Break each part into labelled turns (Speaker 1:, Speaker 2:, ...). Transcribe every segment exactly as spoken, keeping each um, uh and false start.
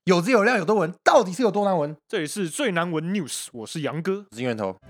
Speaker 1: 有质有量有多闻，到底是有多难闻？
Speaker 2: 这里是最难闻 news， 我是杨哥，
Speaker 1: 我是源头。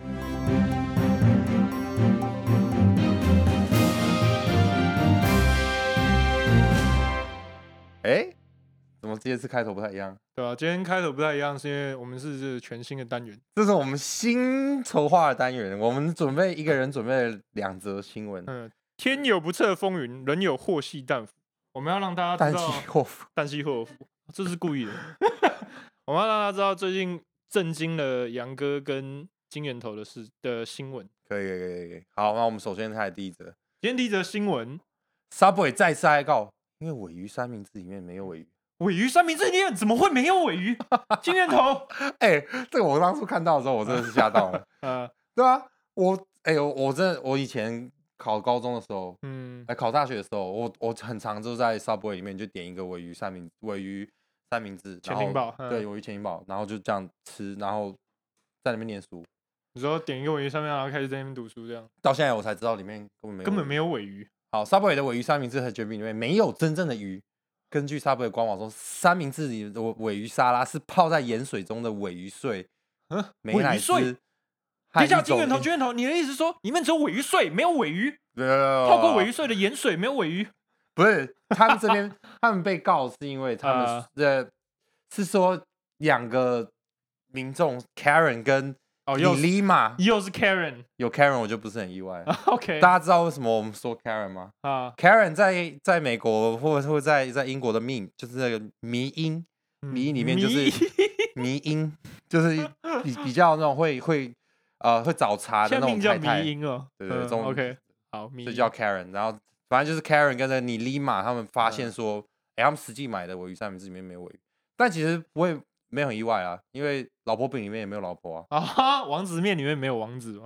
Speaker 1: 哎，怎么这次开头不太一样？
Speaker 2: 对啊，今天开头不太一样，是因为我们是这全新的单元，
Speaker 1: 这是我们新筹划的单元，我们准备一个人准备了两则新闻。
Speaker 2: 嗯，天有不测风云，人有祸兮旦伏。我们要让大家知道
Speaker 1: 旦夕祸福，
Speaker 2: 旦夕祸福，这是故意的。我们要让大家知道最近震惊了杨哥跟金源头的事的新闻。
Speaker 1: 可以可以可以可以。好，那我们首先开始第一则。
Speaker 2: 今天第一则新闻
Speaker 1: ，Subway 再次哀告，因为鲔鱼三明治里面没有鲔鱼。
Speaker 2: 鲔鱼三明治里面怎么会没有鲔鱼？金源头，
Speaker 1: 哎、欸，这个我当初看到的时候，我真的是吓到了。
Speaker 2: 呃，
Speaker 1: 对啊，我哎、欸，我我真的我以前考高中的时候，
Speaker 2: 嗯，
Speaker 1: 哎、欸，考大学的时候，我我很常就在 Subway 里面就点一个鲔鱼三明鲔鱼三明治，
Speaker 2: 潜艇堡，
Speaker 1: 对，鲔鱼潜艇堡，然后就这样吃，然后在那边念书。
Speaker 2: 你说点一个鲔鱼上面，然后开始在那边读书，这样。
Speaker 1: 到现在我才知道里面根本没有
Speaker 2: 根本没有鲔鱼。
Speaker 1: 好 ，Subway 的鲔鱼三明治和卷饼里面没有真正的鱼。根据 Subway 官网说，三明治里的鲔鱼沙拉是泡在盐水中的鲔鱼碎，
Speaker 2: 嗯，
Speaker 1: 美乃滋。
Speaker 2: 等一下，金源头，金源头，你的意思是说里面只有鲔鱼碎，没有鲔鱼？
Speaker 1: 泡
Speaker 2: 过鲔鱼碎的盐水没有鲔鱼？
Speaker 1: 不是，他们这边他们被告是因为他们呃是说两个民众 Karen 跟李丽玛，
Speaker 2: 又是 Karen，
Speaker 1: 有 Karen 我就不是很意外。
Speaker 2: OK，
Speaker 1: 大家知道为什么我们说 Karen 吗？啊 ，Karen 在在美国或者或在在英国的 meme 就是那个迷音，迷音里面就是迷音，就是比比较那种会会呃会找茬的那种太太。
Speaker 2: 迷音哦，
Speaker 1: 对对，这种
Speaker 2: OK， 好，
Speaker 1: 就叫 Karen。然后反正就是 Karen 跟那你丽玛他们发现说，哎，他们实际买的鲔鱼三明治里面没有鲔鱼，但其实不会。没有很意外啊，因为老婆饼里面也没有老婆啊。
Speaker 2: 啊，王子面里面没有王子吗？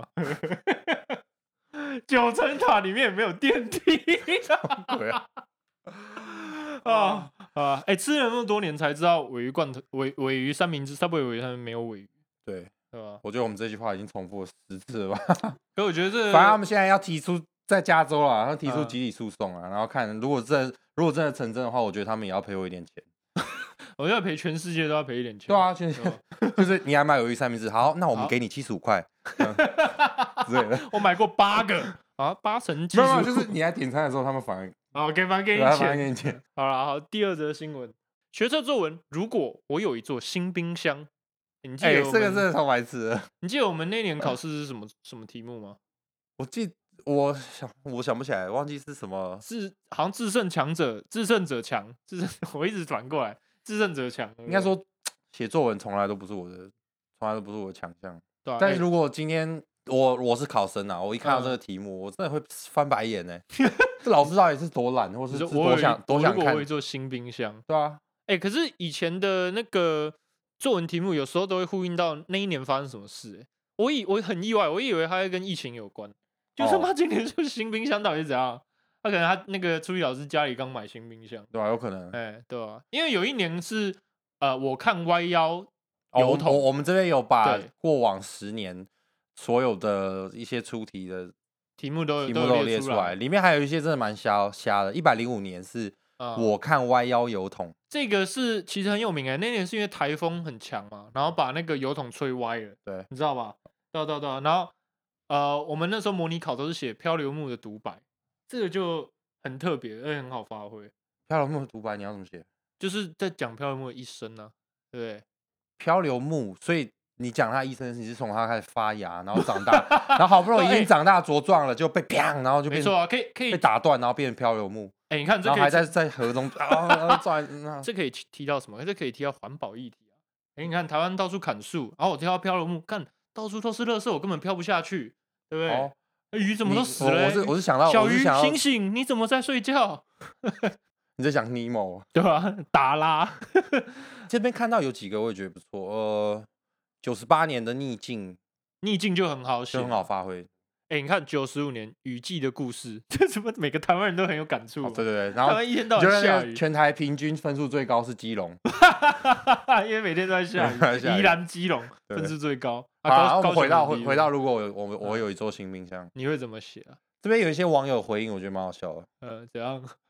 Speaker 2: 九层塔里面也没有电梯。
Speaker 1: 对啊。
Speaker 2: 啊啊！哎、欸，吃了那么多年才知道鲔鱼罐头、鲔鲔鱼三明治、Subway 鲔鱼上面没有鲔鱼。
Speaker 1: 对，
Speaker 2: 对吧？
Speaker 1: 我觉得我们这句话已经重复了十次了吧？
Speaker 2: 可我觉得这，
Speaker 1: 反正他们现在要提出在加州啦，要提出集体诉讼啊，然后看如果真如果真的成真的话，我觉得他们也要赔我一点钱。
Speaker 2: 我要赔全世界都要赔一点钱。
Speaker 1: 对啊，全世界就是你还买鲔鱼三明治，好，那我们给你七十五块之类的。
Speaker 2: 我买过八个啊，八成七十五。
Speaker 1: 没有，就是你来点餐的时候，他们反而
Speaker 2: 哦，给反而给你钱，给你钱。好了，好，第二则新闻，学测作文，如果我有一座新冰箱，你记得？哎、
Speaker 1: 欸，这个真的超白痴的。
Speaker 2: 你记得我们那年考试是什么什么题目吗？
Speaker 1: 我记，我想，我想不起来，忘记是什么。
Speaker 2: 是好像制胜强者，制胜者强，制胜。我一直转过来。制胜者强，
Speaker 1: 应该说写作文从来都不是我的，从来都不是我的强项。
Speaker 2: 对啊，
Speaker 1: 但是如果今天我我是考生啊，我一看到这个题目，嗯、我真的会翻白眼呢、欸。这老师到底是多懒，或是多想多想看？
Speaker 2: 如果我会做新冰箱，
Speaker 1: 对啊，
Speaker 2: 哎、欸，可是以前的那个作文题目有时候都会呼应到那一年发生什么事、欸。哎，我以我很意外，我以为它会跟疫情有关，就他妈今年就是新冰箱到底是怎样？他可能他那个初一老师家里刚买新冰箱，
Speaker 1: 对啊，有可能，
Speaker 2: 哎、欸，对啊，因为有一年是呃，我看歪腰油桶、
Speaker 1: 哦，我们这边有把过往十年所有的一些出题的
Speaker 2: 题目都
Speaker 1: 题目都列出来，里面还有一些真的蛮瞎瞎的。一百零五年是我看歪腰油桶、嗯，
Speaker 2: 这个是其实很有名哎、欸，那年是因为台风很强嘛，然后把那个油桶吹歪了，
Speaker 1: 对，
Speaker 2: 你知道吧？对对对，然后呃，我们那时候模拟考都是写漂流木的独白。这个就很特别，而且很好发挥。
Speaker 1: 漂流木的独白你要怎么写？
Speaker 2: 就是在讲漂流木的一生啊，对不对？
Speaker 1: 漂流木，所以你讲他一生，你是从他开始发芽，然后长大，然后好不容易已经长大茁壮了，就被砰，然后就变，
Speaker 2: 没错啊，可以可以
Speaker 1: 被打断，然后变成漂流木。
Speaker 2: 哎、欸，你看，这
Speaker 1: 然后还在在河中啊转，
Speaker 2: 这可以提到什么？这可以提到环保议题啊。哎、欸，你看台湾到处砍树，然后我提到漂流木，看到处都是垃圾，我根本漂不下去，对不对？哦，鱼怎么都死了、欸？
Speaker 1: 我是我是想到
Speaker 2: 小鱼醒醒，你怎么在睡觉？
Speaker 1: 你在讲尼莫
Speaker 2: 对吧、啊？达拉
Speaker 1: 这边看到有几个我也觉得不错，呃，九十八年的逆境，
Speaker 2: 逆境就很好写，
Speaker 1: 就很好发挥。
Speaker 2: 哎、欸，你看九十五年雨季的故事，这怎么每个台湾人都很有感触、
Speaker 1: 哦？对对对，然后
Speaker 2: 台湾一天到晚下雨，
Speaker 1: 全台平均分数最高是基隆，
Speaker 2: 因为每天都在下雨。宜兰基隆分数最高。
Speaker 1: 啊，我们回到回回到，如果我有我我有一座新冰箱，
Speaker 2: 你会怎么写啊？
Speaker 1: 这边有一些网友回应，我觉得蛮好笑的。
Speaker 2: 呃，怎样？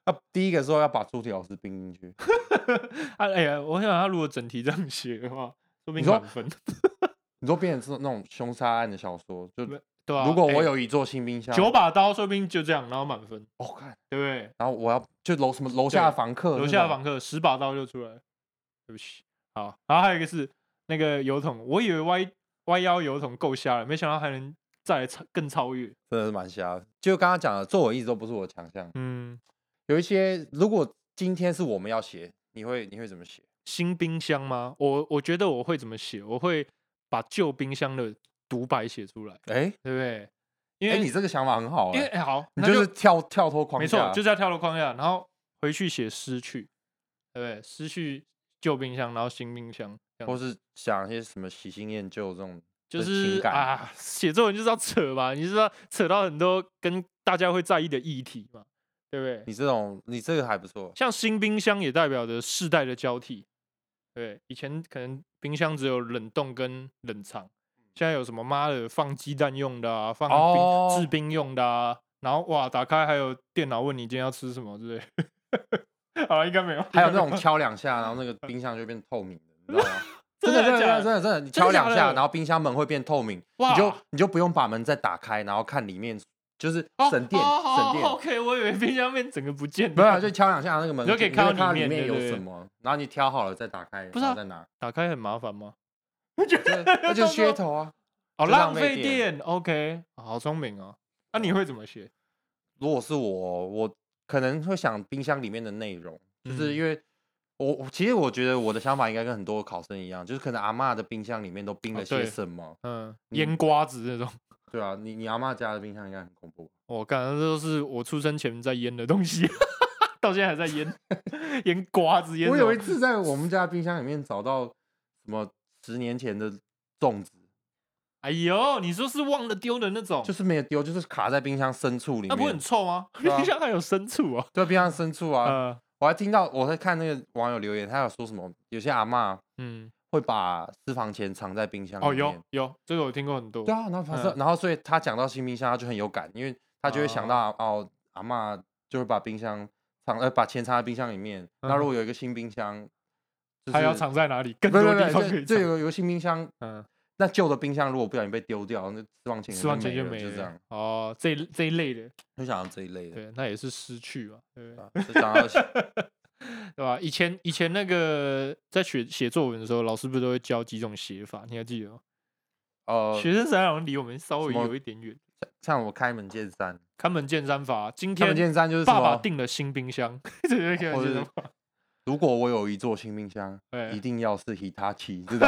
Speaker 1: 啊，第一个说要把出题老师冰进去。
Speaker 2: 啊，哎呀，我想他如果整题这样写的话，说不定满分。
Speaker 1: 你说变成那种凶杀案的小说，就
Speaker 2: 对啊。
Speaker 1: 如果我有一座新冰箱，
Speaker 2: 九把刀，说不定就这样，然后满分。
Speaker 1: 哦，看，
Speaker 2: 对不对？
Speaker 1: 然后我要就楼什么楼下的房客，
Speaker 2: 楼下的房客十把刀就出来了。对不起，好，然后还有一个是那个油桶，我以为歪歪腰油桶够瞎了，没想到还能再来超更超越，
Speaker 1: 真的是蛮瞎的。就刚刚讲的，作文一直都不是我的强项。
Speaker 2: 嗯，
Speaker 1: 有一些如果今天是我们要写，你会你会怎么写？
Speaker 2: 新冰箱吗？我我觉得我会怎么写？我会把旧冰箱的独白写出来，哎、欸，对不对？因为、欸、
Speaker 1: 你这个想法很好、欸，
Speaker 2: 因为、欸、好，
Speaker 1: 你就是跳跳脱框架，
Speaker 2: 没错，就是要跳脱框架，然后回去写失去，对不对？失去旧冰箱，然后新冰箱，
Speaker 1: 或是想一些什么喜新厌旧这种，
Speaker 2: 就是啊，写作文就是要扯嘛，你就是要扯到很多跟大家会在意的议题嘛，对不对？
Speaker 1: 你这种，你这个还不错。
Speaker 2: 像新冰箱也代表着世代的交替，对，以前可能冰箱只有冷冻跟冷藏，现在有什么妈的放鸡蛋用的啊，放冰制、哦、冰用的啊，然后哇，打开还有电脑问你今天要吃什么之类的。好，应该没有。
Speaker 1: 还有那种敲两下，然后那个冰箱就变透明的，你知道吗？真的真的真的真的真的，你敲两下，然后冰箱门会变透明，你就你就不用把门再打开，然后看里面，就是省电省电。
Speaker 2: OK， 我以为冰箱面整个不见了。
Speaker 1: 没有，就敲两下那个门，
Speaker 2: 就可以看到
Speaker 1: 里面有什么，然后你挑好了再打开，
Speaker 2: 不是
Speaker 1: 再拿。
Speaker 2: 打开很麻烦吗？
Speaker 1: 那就是噱头啊！
Speaker 2: 哦，浪费电。OK， 好聪明哦。那你会怎么写？
Speaker 1: 如果是我，我可能会想冰箱里面的内容，就是因为。我其实我觉得我的想法应该跟很多考生一样，就是可能阿嬷的冰箱里面都冰了些什么，哦、
Speaker 2: 嗯，腌瓜子那种。
Speaker 1: 对啊，你你阿嬷家的冰箱应该很恐怖。
Speaker 2: 我感觉这都是我出生前在腌的东西，到现在还在腌，腌瓜子腌。
Speaker 1: 我有一次在我们家冰箱里面找到什么十年前的粽子，
Speaker 2: 哎呦，你说是忘了丢的那种？
Speaker 1: 就是没有丢，就是卡在冰箱深处里面。
Speaker 2: 那不会很臭吗？啊、冰箱还有深处啊？
Speaker 1: 对，冰箱深处啊。
Speaker 2: 呃
Speaker 1: 我还听到我在看那个网友留言，他有说什么？有些阿嬷嗯会把私房钱藏在冰箱里面。
Speaker 2: 哦，有有，这个我听过很多。
Speaker 1: 对啊，然后、嗯、然后所以他讲到新冰箱，他就很有感，因为他就会想到哦，哦阿嬷就会把冰箱藏呃把钱藏在冰箱里面。那、嗯、如果有一个新冰箱，
Speaker 2: 他、就是、要藏在哪里？更多地方可以藏。
Speaker 1: 就有有个新冰箱，嗯。那旧的冰箱如果不小心被丢掉，那私房钱
Speaker 2: 私房钱就
Speaker 1: 没了，就这样。
Speaker 2: 哦，这这一类的，
Speaker 1: 就想到这一类的，
Speaker 2: 对，那也是失去嘛，对吧？
Speaker 1: 就想到，
Speaker 2: 对吧？以前以前那个在写写作文的时候，老师不是都会教几种写法？你还记得吗？呃，学生时代好像离我们稍微有一点远。
Speaker 1: 像我开门见山，
Speaker 2: 开门见山法，今天
Speaker 1: 开门见山就是
Speaker 2: 爸爸订了新冰箱，这个开门见山法。
Speaker 1: 如果我有一座新冰箱，一定要是 Hitachi 这种。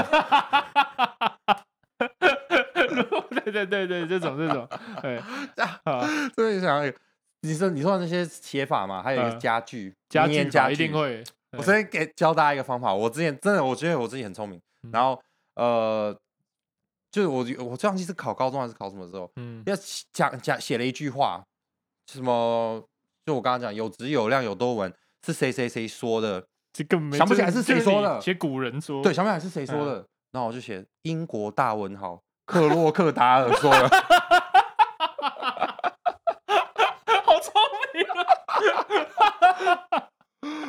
Speaker 2: 对对对对，这种这种，对
Speaker 1: 啊，所以想你说你说那些写法嘛，还有一个家具，
Speaker 2: 家具家一定会。
Speaker 1: 我昨天给教大家一个方法，我之前真的我觉得我自己很聪明，然后呃，就是我我忘记是考高中还是考什么时候，嗯，要讲讲写了一句话，什么就我刚刚讲有质有量有多稳。是谁谁谁说的？
Speaker 2: 这根本
Speaker 1: 想不起来是谁说的。
Speaker 2: 写古人说，
Speaker 1: 对，想不起来是谁说的。嗯、然后我就写英国大文豪克洛克达尔说的。
Speaker 2: 好聪明啊！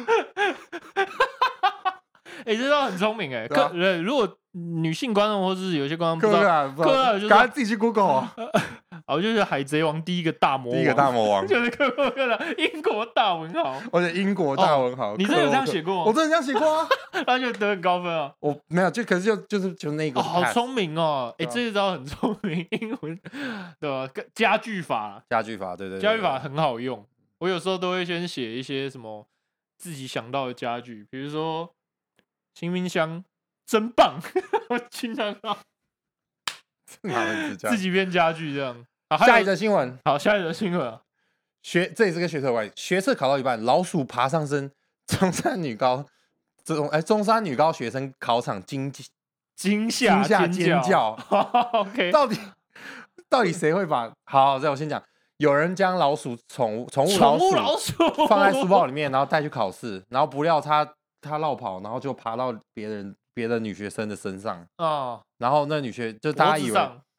Speaker 2: 哎、欸，这招很聪明哎、欸。克、啊，如果女性观众或是有些观众不知道，克洛尔就是
Speaker 1: 赶快自己去 Google 啊。
Speaker 2: 哦，就是海贼王第一个大魔王，
Speaker 1: 第一个大魔王
Speaker 2: 就是克洛克的英国大文豪，
Speaker 1: 而且英国大文豪、哦，
Speaker 2: 你真的有这样写过吗？
Speaker 1: 我真的这样写过啊，
Speaker 2: 他就得很高分啊。
Speaker 1: 我没有，就可是就就是就那个、
Speaker 2: 哦，好聪明哦！哎、欸，这一招很聪明，英文对吧？家具法，
Speaker 1: 家具法，对 对, 对, 对，
Speaker 2: 家具法很好用。我有时候都会先写一些什么自己想到的家具，比如说新冰箱真棒，我经常到自己编家具这样。
Speaker 1: 好，下一则新闻。
Speaker 2: 好，下一则新闻、啊。
Speaker 1: 学这也是跟学测有关。学测考到一半，老鼠爬上身，中山女高，中哎中山女高学生考场惊
Speaker 2: 惊吓
Speaker 1: 尖叫。
Speaker 2: 叫 OK，
Speaker 1: 到底到底谁会把？好，这我先讲。有人将老鼠宠物宠物老鼠,
Speaker 2: 老鼠
Speaker 1: 放在书包里面，然后带去考试，然后不料他他落跑，然后就爬到别人别的女学生的身上。哦。然后那女学就大家以为。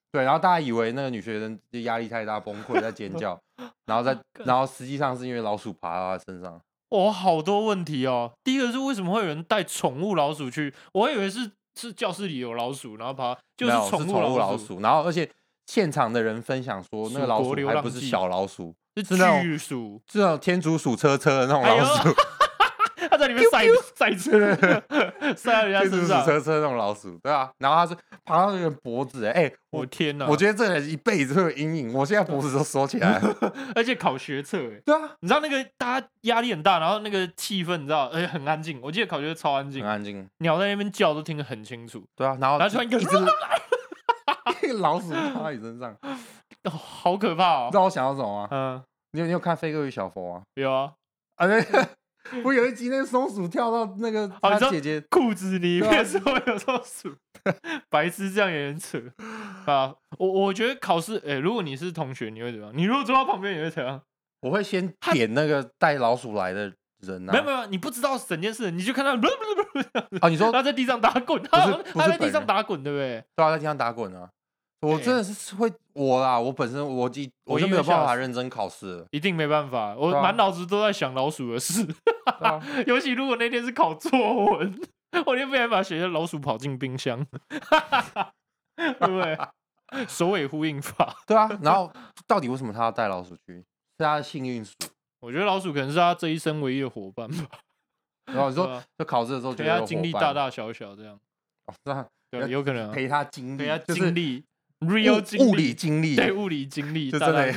Speaker 1: 对，然后大家以为那个女学生压力太大崩溃在尖叫，然后在然后实际上是因为老鼠爬到她身上。
Speaker 2: 哦，好多问题哦。第一个是为什么会有人带宠物老鼠去？我以为是是教室里有老鼠，然后爬就是宠物
Speaker 1: 老鼠，
Speaker 2: 老鼠，
Speaker 1: 然后而且现场的人分享说，那个老鼠还不是小老鼠，
Speaker 2: 是巨鼠，
Speaker 1: 是那种天竺鼠车车的那种老鼠。
Speaker 2: 他在里面赛赛车，赛在人家身上。
Speaker 1: 车车那种老鼠，对啊。然后他是爬到那个脖子，哎、欸，
Speaker 2: 我天哪！
Speaker 1: 我觉得这人一辈子会有阴影。我现在脖子都缩起来了。
Speaker 2: 而且考学测，哎，
Speaker 1: 对啊，
Speaker 2: 你知道那个大家压力很大，然后那个气氛，你知道，而且很安静。我记得考学超安静，
Speaker 1: 很安静，
Speaker 2: 鸟在那边叫都听得很清楚。
Speaker 1: 对啊，然后
Speaker 2: 然后突然一个
Speaker 1: 一个老鼠趴在你身上，
Speaker 2: 哦，好可怕哦！
Speaker 1: 知道我想到什么吗？
Speaker 2: 嗯，
Speaker 1: 你有你有看《飞哥与小佛》吗？
Speaker 2: 有啊，
Speaker 1: 啊对。我有一集那个松鼠跳到那个他姐姐
Speaker 2: 裤子里面的时候有松鼠，白痴这样也很扯啊！我我觉得考试，哎、欸，如果你是同学，你会怎样？你如果坐到旁边，你会怎样？
Speaker 1: 我会先点那个带老鼠来的人啊！
Speaker 2: 没有没有，你不知道整件事，你就看到
Speaker 1: 啊，你说
Speaker 2: 他在地上打滚，他他在地上打滚，对不对？
Speaker 1: 对啊，在地上打滚啊！我真的是会我啦，我本身我我就没有办法认真考试了，
Speaker 2: 一定没办法，我满脑子都在想老鼠的事。啊、尤其如果那天是考作文，我就不想把写的老鼠跑进冰箱，对不对？首尾呼应法。
Speaker 1: 对啊，然后到底为什么他要带老鼠去？是他的幸运鼠？
Speaker 2: 我觉得老鼠可能是他这一生唯一的伙伴吧。
Speaker 1: 然后你说，就考试的时候，
Speaker 2: 陪他经历大大小小这样。
Speaker 1: 哦，这样
Speaker 2: 对，有可能、啊、
Speaker 1: 陪他经历，
Speaker 2: 陪他经历。
Speaker 1: 就是、
Speaker 2: real 经历
Speaker 1: 物理经历，
Speaker 2: 对物理经历，
Speaker 1: 就真的。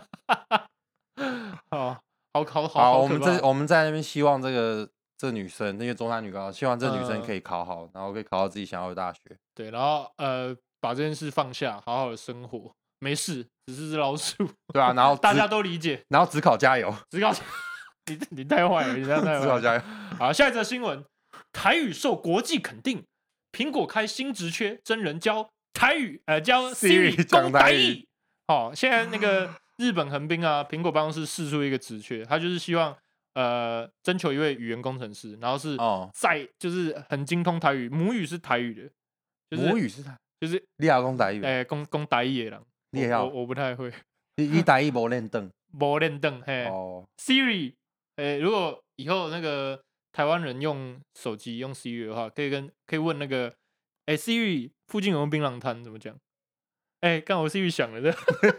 Speaker 2: 好，好，好，
Speaker 1: 好，我们这我们在那边希望这个这个女生，因为中山女高，希望这个女生可以考好，嗯、然后可以考到自己想要的大学。
Speaker 2: 对，然后呃，把这件事放下，好好的生活，没事，只是只老鼠。
Speaker 1: 对啊，然后
Speaker 2: 大家都理解，
Speaker 1: 然后只考加油，
Speaker 2: 只考，你你太坏了，你太坏了，
Speaker 1: 只考加油。
Speaker 2: 好，下一则新闻，台语受国际肯定，苹果开新职缺，真人教。台语，呃，教 Siri 讲台语。好、哦，现在那个日本横滨啊，苹果办公室释出一个职缺，他就是希望呃征求一位语言工程师，然后是在、哦、就是很精通台语，母语是台语的，就是、
Speaker 1: 母语是台，
Speaker 2: 就是
Speaker 1: 你也讲台语，
Speaker 2: 哎、欸，讲讲台语的人，
Speaker 1: 你也要，
Speaker 2: 我我不太会，
Speaker 1: 你你台语无练凳，
Speaker 2: 无练凳，嘿、
Speaker 1: 哦、
Speaker 2: ，Siri， 哎、欸，如果以后那个台湾人用手机用 Siri 的话，可以跟可以问那个。哎、欸、，Siri， 附近有没有槟榔摊？怎么讲？哎、欸，刚好 Siri 想了的，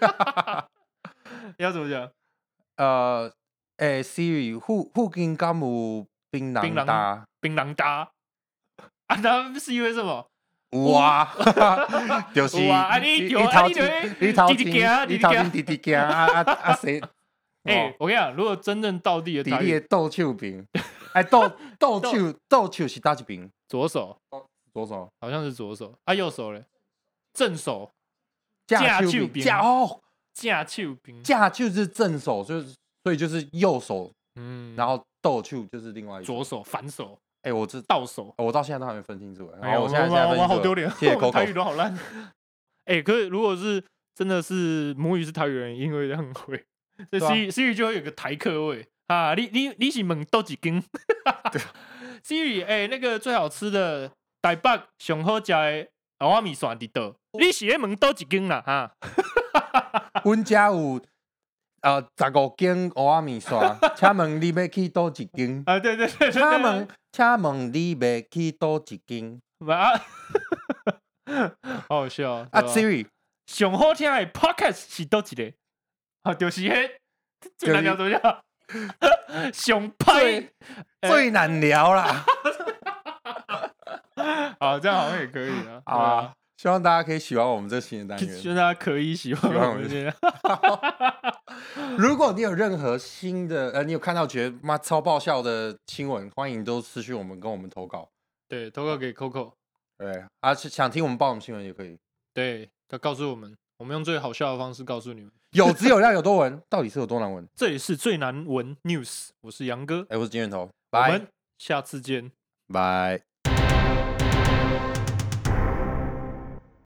Speaker 2: 要怎么讲？
Speaker 1: 呃，哎、欸、，Siri， 附附近敢有槟榔搭？
Speaker 2: 槟榔搭啊？他 Siri 为什么？
Speaker 1: 哇，就是
Speaker 2: 哇，你
Speaker 1: 你头前，你头前，你头前滴滴行啊啊啊谁？
Speaker 2: 哎、欸，我跟你讲，如果真正道地的台语，
Speaker 1: 你的倒手边，哎，倒倒手倒手是哪一边？
Speaker 2: 左手。
Speaker 1: 左手
Speaker 2: 好像是左手啊，右手嘞，正手，
Speaker 1: 架手柄，架哦，
Speaker 2: 架手柄，
Speaker 1: 架就是正手，就是所以就是右手，
Speaker 2: 嗯，
Speaker 1: 然后倒手就是另外一
Speaker 2: 左手，反手，
Speaker 1: 哎、欸，我这
Speaker 2: 倒手，
Speaker 1: 我到现在都还没分清楚，
Speaker 2: 哎，
Speaker 1: 我现在现在分清楚，
Speaker 2: 我好丢脸，
Speaker 1: 谢谢 Coco，
Speaker 2: 台语都好烂，哎、欸，可是如果是真的是母语是台语人，因为很会，所以 Siri Siri 就会有个台客位啊，你你你是问多几斤？Siri， 哎、欸，那个最好吃的。台北上好食的蚵仔面线伫倒？你是咧问倒一间啦？哈，
Speaker 1: 阮家有呃十五间蚵仔面线，请问你要去倒一间？
Speaker 2: 啊，对对对，
Speaker 1: 请问，请问你要去倒一间？
Speaker 2: 啊，好好笑啊！
Speaker 1: 啊 ，Siri，
Speaker 2: 上好听的 Podcast 是倒一个？啊，就是迄最难聊怎么讲？上拍
Speaker 1: 最难聊啦。
Speaker 2: 好，这样好像也可以啊。
Speaker 1: 好啊，希望大家可以喜欢我们这新的单元，
Speaker 2: 希望大家可以喜欢我们这样。
Speaker 1: 如果你有任何新的，呃，你有看到觉得妈超爆笑的新闻，欢迎都私讯我们，跟我们投稿。
Speaker 2: 对，投稿给 Coco。
Speaker 1: 对，啊，想听我们报什么新闻也可以。
Speaker 2: 对，他告诉我们，我们用最好笑的方式告诉你们。
Speaker 1: 有只有料有多文，到底是有多难文？
Speaker 2: 这里是最难文 news， 我是杨哥，
Speaker 1: 哎、欸，我是金源头，
Speaker 2: 我们下次见，
Speaker 1: 拜。